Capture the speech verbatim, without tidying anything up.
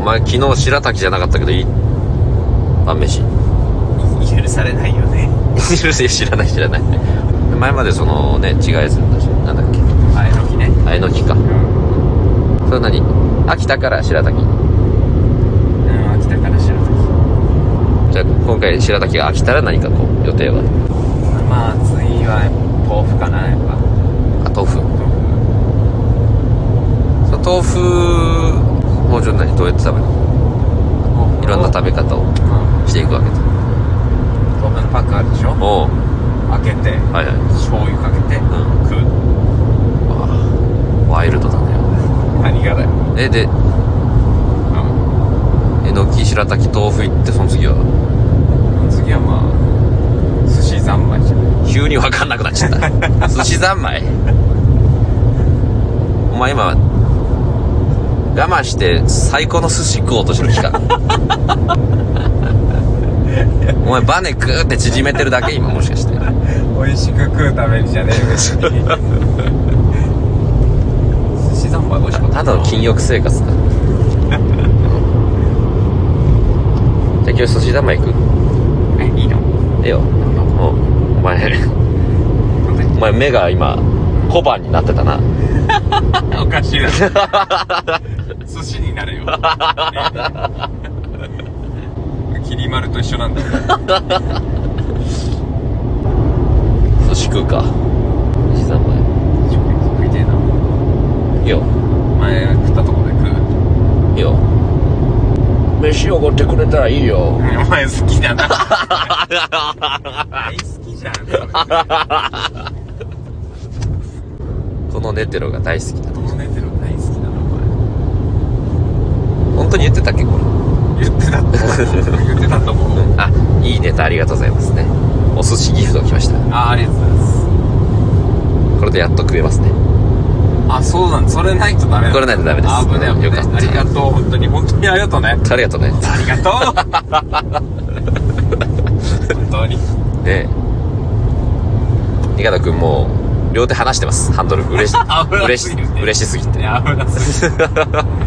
前昨日白滝じゃなかったけどいい晩飯許されないよね。 知らない知らない。前までそのね違うやつだし、なんだっけ、 あえのきね。 あえのきか、うん、それ何秋田から白滝。 うん、秋田から白滝。 じゃあ今回白滝が飽きたら何かこう予定は。 まあ次は豆腐かな、やっぱ。 あ、豆腐。豆腐もうちょっと何どうやって食べるの。いろんな食べ方をしていくわけだ。 豆腐のパックあるでしょ。 おう、 開けて、 はいはい、 醤油かけて、うん、食う。 ワイルドだね。 何がだよ。 えで、うん、えのき白滝豆腐行って、その次はその次はまあ寿司三昧じゃん。 急に分かんなくなっちゃった寿司三昧。お前今我慢して最高の寿司食おうとしてる期間お前バネグーって縮めてるだけ今、もしかして美味しく食うためにじゃねえ別に寿司三昧美味しかった。 ただの禁欲生活だじゃあ今日寿司三昧行く。 え、いいの。 ええよ。お前お前目が今小判になってたなおかしいな寿司になれよきり丸と一緒なんだよ寿司食うか。寿司三昧食いてえな。 いいよ。 前食ったとこで食う。 いいよ。飯おごってくれたらいいよ。 お前好きだな大好きじゃんこのネテロが大好きだ。 このネテロ大好きだなお前。 本当に言ってたっけこれ。 言ってたって言ってたと思うあ、いいネタありがとうございますね。お寿司ギフト来ました。 あ、ありがとうございます。 これでやっと食えますね。 あ、そうなんだ。それないとダメだ。 これないとダメです。 あ、危ない危ない。 よかった。 ありがとう。本当に本当にありがとうね。 ありがとうね。 ありがとう本当にねえ、池田君もう両手離してます。ハンドル嬉し嬉し嬉しすぎて。 いや、危なすぎる